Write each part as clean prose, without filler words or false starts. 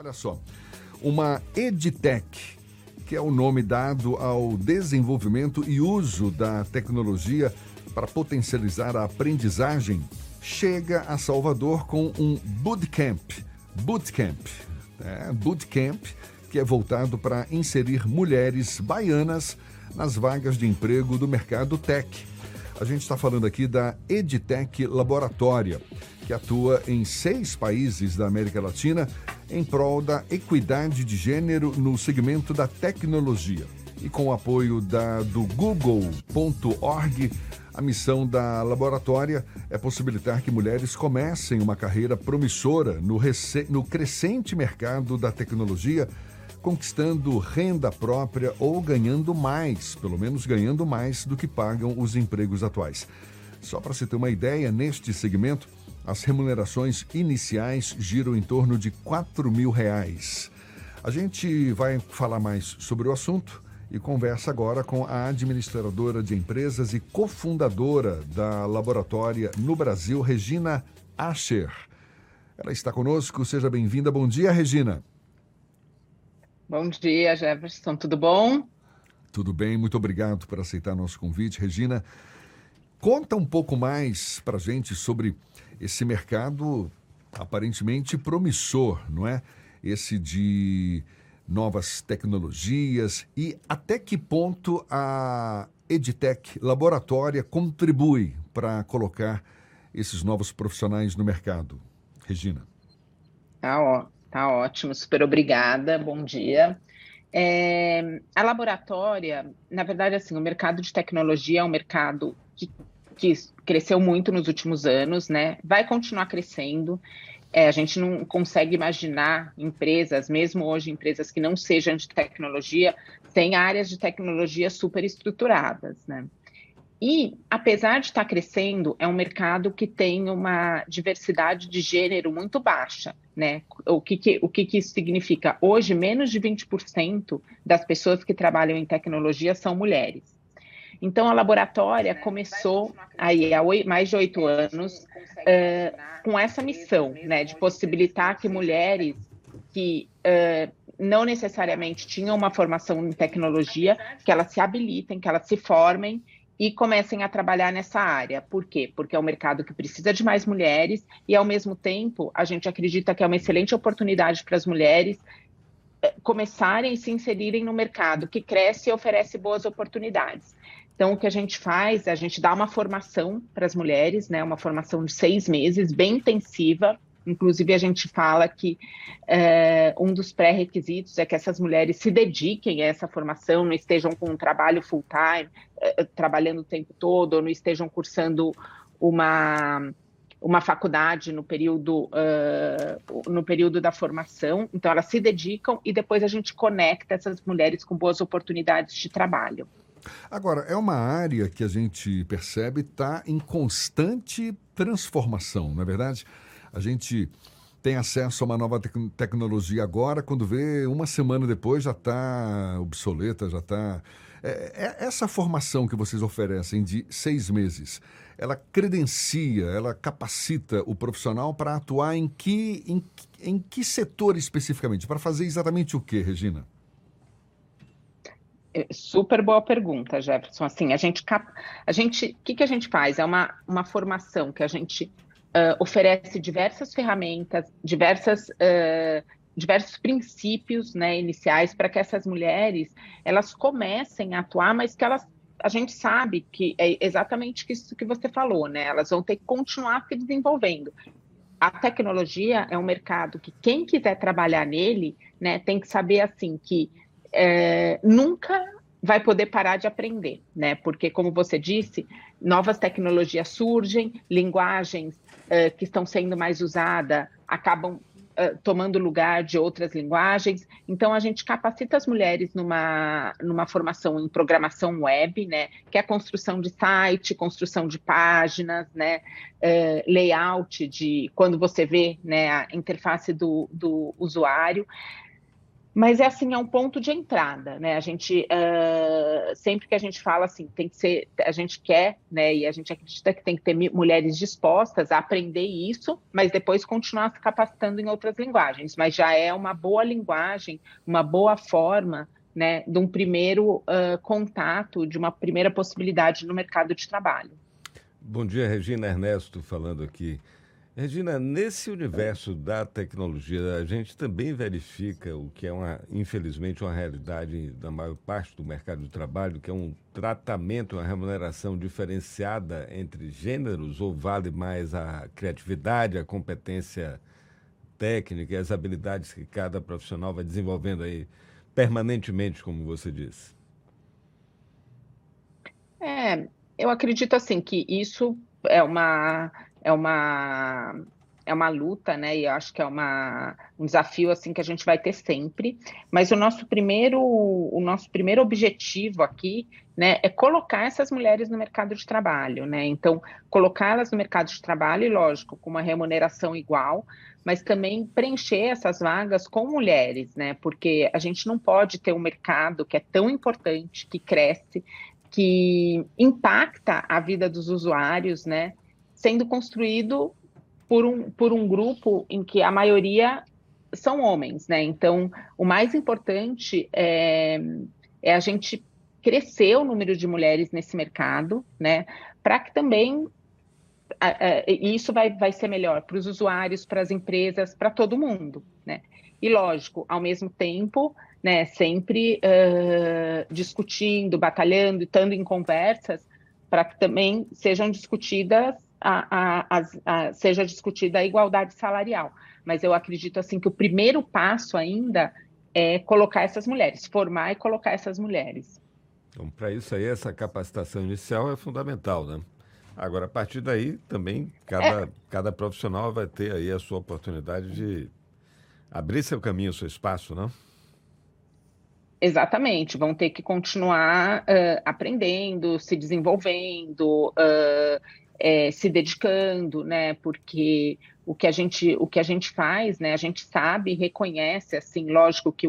Olha só, uma EdTech, que é o nome dado ao desenvolvimento e uso da tecnologia para potencializar a aprendizagem, chega a Salvador com um bootcamp, que é voltado para inserir mulheres baianas nas vagas de emprego do mercado tech. A gente está falando aqui da EdTech Laboratória, que atua em 6 países da América Latina em prol da equidade de gênero no segmento da tecnologia. E com o apoio do Google.org, a missão da laboratória é possibilitar que mulheres comecem uma carreira promissora no crescente mercado da tecnologia, conquistando renda própria ou ganhando mais, pelo menos ganhando mais do que pagam os empregos atuais. Só para se ter uma ideia, neste segmento, as remunerações iniciais giram em torno de R$4.000. A gente vai falar mais sobre o assunto e conversa agora com a administradora de empresas e cofundadora da laboratória no Brasil, Regina Ascher. Ela está conosco, seja bem-vinda. Bom dia, Regina. Bom dia, Jefferson, tudo bom? Tudo bem, muito obrigado por aceitar nosso convite. Regina, conta um pouco mais para a gente sobre esse mercado aparentemente promissor, não é? Esse de novas tecnologias e até que ponto a EdTech Laboratória contribui para colocar esses novos profissionais no mercado. Regina. Tá ótimo, super obrigada, bom dia. A laboratória, na verdade, assim, o mercado de tecnologia é um mercado que cresceu muito nos últimos anos, né? Vai continuar crescendo. A gente não consegue imaginar empresas, mesmo hoje empresas que não sejam de tecnologia, sem áreas de tecnologia super estruturadas, né? E, apesar de estar crescendo, é um mercado que tem uma diversidade de gênero muito baixa, né? O que isso significa? Hoje, menos de 20% das pessoas que trabalham em tecnologia são mulheres. Então, a laboratória começou aí há mais de 8 anos com essa missão, né, de possibilitar que mulheres que não necessariamente tinham uma formação em tecnologia, que elas se habilitem, que elas se formem e comecem a trabalhar nessa área. Por quê? Porque é um mercado que precisa de mais mulheres e, ao mesmo tempo, a gente acredita que é uma excelente oportunidade para as mulheres começarem e se inserirem no mercado, que cresce e oferece boas oportunidades. Então, o que a gente faz, a gente dá uma formação para as mulheres, né, uma formação de 6 meses, bem intensiva. Inclusive, a gente fala que um dos pré-requisitos é que essas mulheres se dediquem a essa formação, não estejam com um trabalho full-time, trabalhando o tempo todo, ou não estejam cursando uma faculdade no período da formação. Então, elas se dedicam e depois a gente conecta essas mulheres com boas oportunidades de trabalho. Agora, é uma área que a gente percebe está em constante transformação, não é verdade? A gente tem acesso a uma nova tecnologia agora, quando vê, uma semana depois já está obsoleta, já está... Essa formação que vocês oferecem de 6 meses, ela credencia, ela capacita o profissional para atuar em que setor especificamente? Para fazer exatamente o quê, Regina? Super boa pergunta, Jefferson. Assim, o que a gente faz? É uma formação que a gente oferece diversas ferramentas, diversos princípios, né, iniciais para que essas mulheres elas comecem a atuar, mas que a gente sabe que é exatamente isso que você falou, né? Elas vão ter que continuar se desenvolvendo. A tecnologia é um mercado que quem quiser trabalhar nele, né, tem que saber assim que nunca vai poder parar de aprender, né? Porque, como você disse, novas tecnologias surgem, linguagens que estão sendo mais usadas acabam tomando lugar de outras linguagens. Então, a gente capacita as mulheres numa formação em programação web, né? Que é a construção de site, construção de páginas, né? Layout de quando você vê, né, a interface do usuário. Mas é assim, é um ponto de entrada, né? A gente sempre que a gente fala assim, tem que ser, a gente quer, né? E a gente acredita que tem que ter mulheres dispostas a aprender isso, mas depois continuar se capacitando em outras linguagens. Mas já é uma boa linguagem, uma boa forma, né? De um primeiro contato, de uma primeira possibilidade no mercado de trabalho. Bom dia, Regina Ernesto falando aqui. Regina, nesse universo da tecnologia, a gente também verifica o que é, infelizmente, uma realidade da maior parte do mercado de trabalho, que é um tratamento, uma remuneração diferenciada entre gêneros, ou vale mais a criatividade, a competência técnica e as habilidades que cada profissional vai desenvolvendo aí permanentemente, como você disse? Eu acredito assim que isso é uma é uma é uma luta, né? E eu acho que é um desafio assim que a gente vai ter sempre. Mas o nosso primeiro objetivo aqui, né, é colocar essas mulheres no mercado de trabalho, né? Então, colocá-las no mercado de trabalho, e lógico, com uma remuneração igual, mas também preencher essas vagas com mulheres, né? Porque a gente não pode ter um mercado que é tão importante, que cresce, que impacta a vida dos usuários, né, sendo construído por um grupo em que a maioria são homens, né? Então, o mais importante é a gente crescer o número de mulheres nesse mercado, né, para que também isso vai ser melhor para os usuários, para as empresas, para todo mundo, né? E lógico, ao mesmo tempo, né, sempre discutindo, batalhando, estando em conversas para que também sejam discutidas seja discutida a igualdade salarial. Mas eu acredito assim que o primeiro passo ainda é colocar essas mulheres, formar e colocar essas mulheres. Então, para isso aí, essa capacitação inicial é fundamental, né? Agora, a partir daí, também, É, cada profissional vai ter aí a sua oportunidade de abrir seu caminho, seu espaço, não? Exatamente, vão ter que continuar aprendendo, se desenvolvendo, se dedicando, né? Porque o que a gente faz, né? A gente sabe, reconhece, assim, lógico que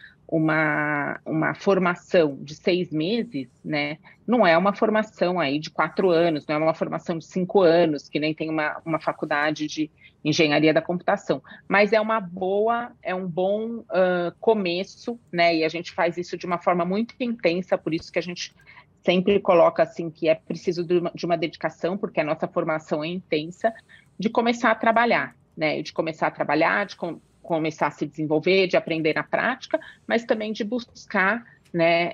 uma formação de 6 meses, né? Não é uma formação aí de 4 anos, não é uma formação de 5 anos, que nem tem uma faculdade de engenharia da computação, mas é um bom começo, né? E a gente faz isso de uma forma muito intensa, por isso que a gente sempre coloca assim que é preciso de uma dedicação, porque a nossa formação é intensa, de começar a trabalhar, né? De começar a trabalhar, começar a se desenvolver, de aprender na prática, mas também de buscar, né,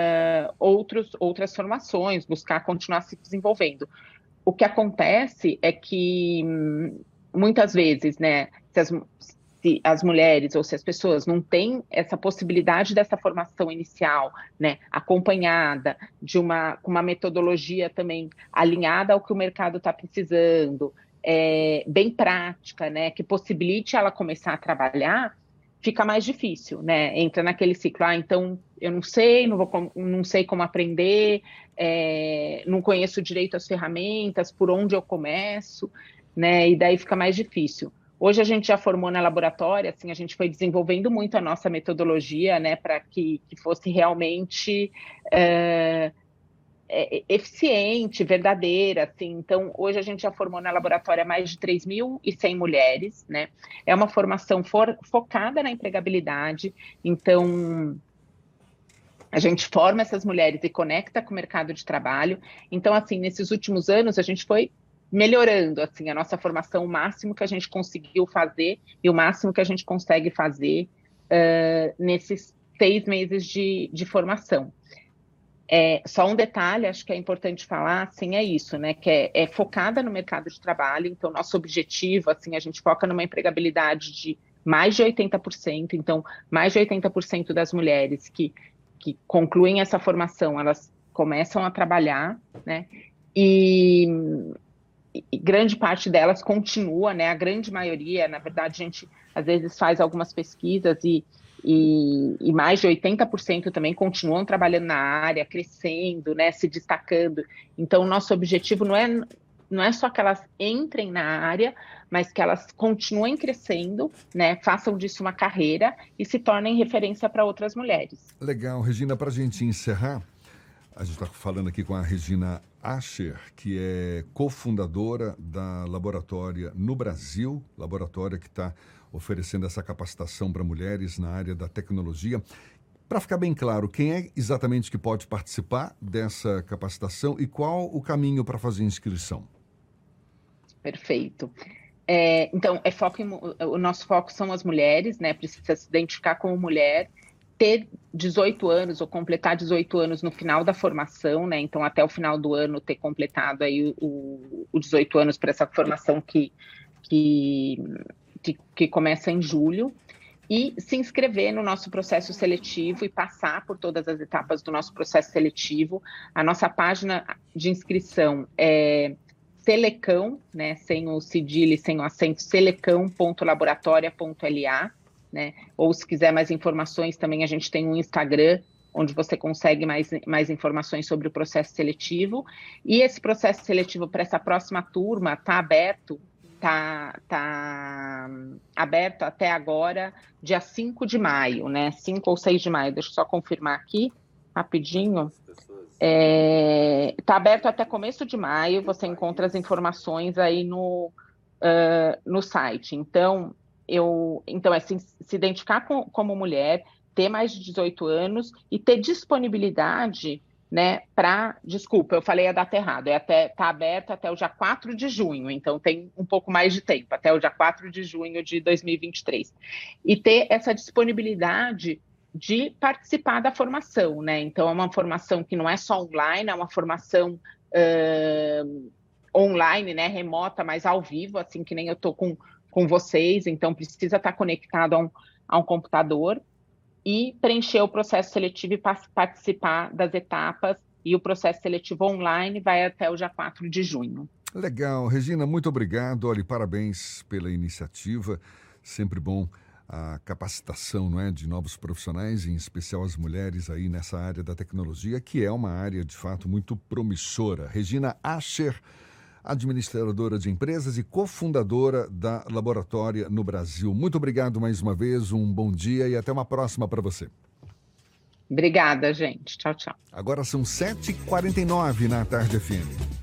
outras formações, buscar continuar se desenvolvendo. O que acontece é que muitas vezes, né, se as mulheres ou se as pessoas não têm essa possibilidade dessa formação inicial, né, acompanhada com uma metodologia também alinhada ao que o mercado está precisando, bem prática, né, que possibilite ela começar a trabalhar, fica mais difícil, né? Entra naquele ciclo, então eu não sei, não sei como aprender, não conheço direito as ferramentas, por onde eu começo, né? E daí fica mais difícil. Hoje a gente já formou na laboratório, assim, a gente foi desenvolvendo muito a nossa metodologia, né, para que fosse realmente eficiente, verdadeira, assim. Então, hoje a gente já formou na laboratória mais de 3.100 mulheres, né? É uma formação focada na empregabilidade. Então, a gente forma essas mulheres e conecta com o mercado de trabalho. Então, assim, nesses últimos anos, a gente foi melhorando, assim, a nossa formação, o máximo que a gente conseguiu fazer e o máximo que a gente consegue fazer nesses 6 meses de formação. Só um detalhe, acho que é importante falar, assim, é isso, né, que é focada no mercado de trabalho, então nosso objetivo, assim, a gente foca numa empregabilidade de mais de 80%, então mais de 80% das mulheres que concluem essa formação, elas começam a trabalhar, né, e, e grande parte delas continua, né, a grande maioria, na verdade, a gente às vezes faz algumas pesquisas e mais de 80% também continuam trabalhando na área, crescendo, né, se destacando. Então, o nosso objetivo não é só que elas entrem na área, mas que elas continuem crescendo, né, façam disso uma carreira e se tornem referência para outras mulheres. Legal, Regina, para a gente encerrar, a gente está falando aqui com a Regina Ascher, que é cofundadora da Laboratória no Brasil, laboratório que está oferecendo essa capacitação para mulheres na área da tecnologia. Para ficar bem claro, quem é exatamente que pode participar dessa capacitação e qual o caminho para fazer inscrição? Perfeito. Então, o nosso foco são as mulheres, né? Precisa se identificar como mulher, ter 18 anos ou completar 18 anos no final da formação, né? Então, até o final do ano ter completado aí o 18 anos para essa formação que começa em julho. E se inscrever no nosso processo seletivo e passar por todas as etapas do nosso processo seletivo. A nossa página de inscrição é Selecão, né, sem o cedilha e sem o acento, selecão.laboratoria.la, né? Ou se quiser mais informações, também a gente tem um Instagram, onde você consegue mais informações sobre o processo seletivo. E esse processo seletivo para essa próxima turma está aberto. Tá aberto até agora, dia 5 de maio, né? 5 ou 6 de maio, deixa eu só confirmar aqui, rapidinho. Tá aberto até começo de maio, você encontra as informações aí no site. Então, é se identificar como mulher, ter mais de 18 anos e ter disponibilidade, né, desculpa, eu falei a data errada, tá aberto até o dia 4 de junho, então tem um pouco mais de tempo, até o dia 4 de junho de 2023. E ter essa disponibilidade de participar da formação, né? Então, é uma formação que não é só online, é uma formação online, né, remota, mas ao vivo, assim que nem eu tô com vocês, então precisa estar conectado a um computador, e preencher o processo seletivo e participar das etapas, e o processo seletivo online vai até o dia 4 de junho. Legal. Regina, muito obrigado. Olha, parabéns pela iniciativa. Sempre bom a capacitação, não é, de novos profissionais, em especial as mulheres aí nessa área da tecnologia, que é uma área, de fato, muito promissora. Regina Ascher, administradora de empresas e cofundadora da Laboratória no Brasil. Muito obrigado mais uma vez, um bom dia e até uma próxima para você. Obrigada, gente. Tchau, tchau. Agora são 7h49 na Tarde FM.